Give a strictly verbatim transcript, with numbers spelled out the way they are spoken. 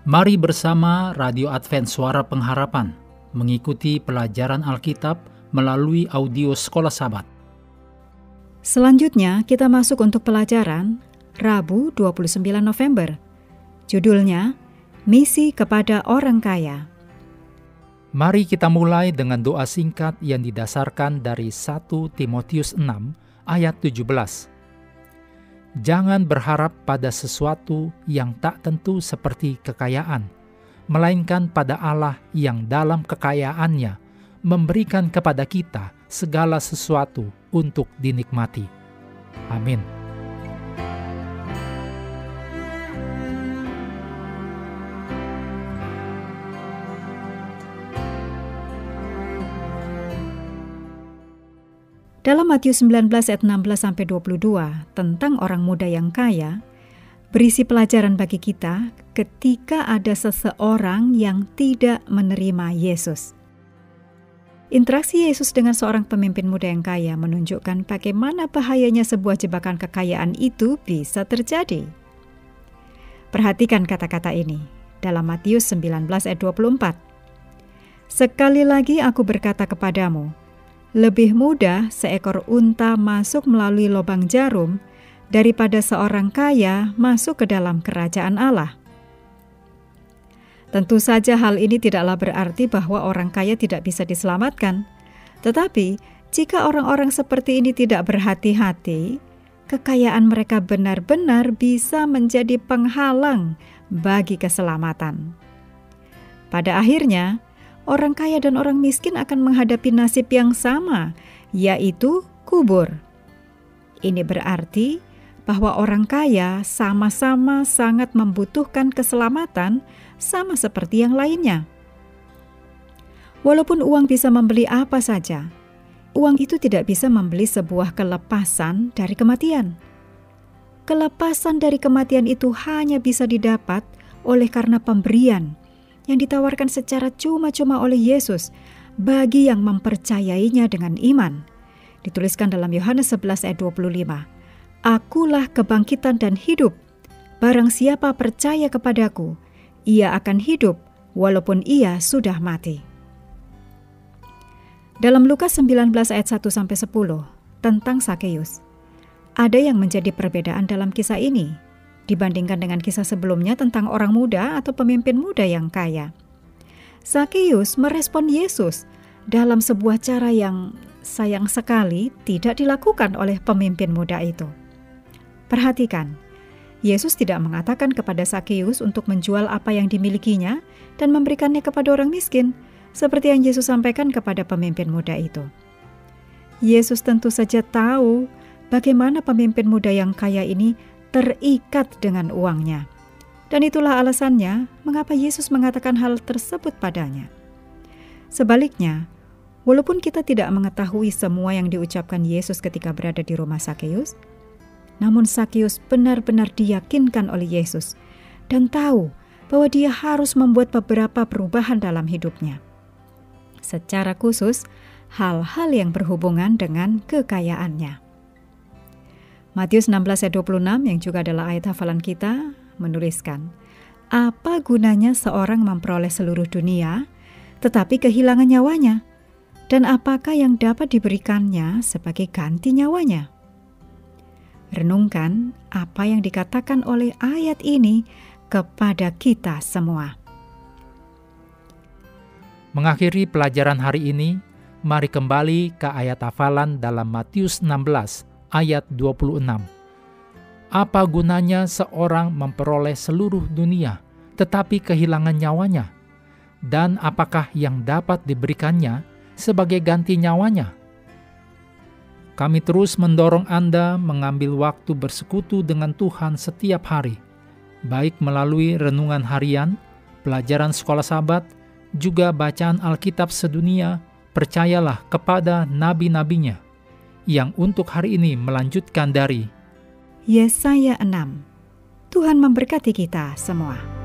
Mari bersama Radio Advent Suara Pengharapan mengikuti pelajaran Alkitab melalui audio Sekolah Sabat. Selanjutnya kita masuk untuk pelajaran Rabu dua puluh sembilan November. Judulnya, Misi kepada Orang Kaya. Mari kita mulai dengan doa singkat yang didasarkan dari satu Timotius enam ayat tujuh belas. Jangan berharap pada sesuatu yang tak tentu seperti kekayaan, melainkan pada Allah yang dalam kekayaannya memberikan kepada kita segala sesuatu untuk dinikmati. Amin. Dalam Matius sembilan belas ayat enam belas sampai dua puluh dua tentang orang muda yang kaya, berisi pelajaran bagi kita ketika ada seseorang yang tidak menerima Yesus. Interaksi Yesus dengan seorang pemimpin muda yang kaya menunjukkan bagaimana bahayanya sebuah jebakan kekayaan itu bisa terjadi. Perhatikan kata-kata ini dalam Matius sembilan belas ayat dua puluh empat. Sekali lagi aku berkata kepadamu, lebih mudah seekor unta masuk melalui lubang jarum daripada seorang kaya masuk ke dalam kerajaan Allah. Tentu saja hal ini tidaklah berarti bahwa orang kaya tidak bisa diselamatkan. Tetapi jika orang-orang seperti ini tidak berhati-hati, kekayaan mereka benar-benar bisa menjadi penghalang bagi keselamatan. Pada akhirnya, orang kaya dan orang miskin akan menghadapi nasib yang sama, yaitu kubur. Ini berarti bahwa orang kaya sama-sama sangat membutuhkan keselamatan sama seperti yang lainnya. Walaupun uang bisa membeli apa saja, uang itu tidak bisa membeli sebuah kelepasan dari kematian. Kelepasan dari kematian itu hanya bisa didapat oleh karena pemberian yang ditawarkan secara cuma-cuma oleh Yesus bagi yang mempercayainya dengan iman. Dituliskan dalam Yohanes sebelas ayat dua puluh lima. Akulah kebangkitan dan hidup. Barang siapa percaya kepadaku, ia akan hidup walaupun ia sudah mati. Dalam Lukas sembilan belas ayat satu sampai sepuluh tentang Sakeus, ada yang menjadi perbedaan dalam kisah ini dibandingkan dengan kisah sebelumnya tentang orang muda atau pemimpin muda yang kaya. Sakeus merespon Yesus dalam sebuah cara yang sayang sekali tidak dilakukan oleh pemimpin muda itu. Perhatikan, Yesus tidak mengatakan kepada Sakeus untuk menjual apa yang dimilikinya dan memberikannya kepada orang miskin, seperti yang Yesus sampaikan kepada pemimpin muda itu. Yesus tentu saja tahu bagaimana pemimpin muda yang kaya ini terikat dengan uangnya. Dan itulah alasannya mengapa Yesus mengatakan hal tersebut padanya. Sebaliknya, walaupun kita tidak mengetahui semua yang diucapkan Yesus ketika berada di rumah Sakeus, namun Sakeus benar-benar diyakinkan oleh Yesus dan tahu bahwa dia harus membuat beberapa perubahan dalam hidupnya. Secara khusus, hal-hal yang berhubungan dengan kekayaannya. Matius enam belas ayat dua puluh enam yang juga adalah ayat hafalan kita menuliskan, apa gunanya seorang memperoleh seluruh dunia tetapi kehilangan nyawanya? Dan apakah yang dapat diberikannya sebagai ganti nyawanya? Renungkan apa yang dikatakan oleh ayat ini kepada kita semua. Mengakhiri pelajaran hari ini, mari kembali ke ayat hafalan dalam Matius enam belas ayat dua puluh enam. Apa gunanya seorang memperoleh seluruh dunia tetapi kehilangan nyawanya? Dan apakah yang dapat diberikannya sebagai ganti nyawanya? Kami terus mendorong Anda mengambil waktu bersekutu dengan Tuhan setiap hari, baik melalui renungan harian, pelajaran sekolah Sabat, juga bacaan Alkitab sedunia. Percayalah kepada nabi-nabinya, yang untuk hari ini melanjutkan dari Yesaya enam. Tuhan memberkati kita semua.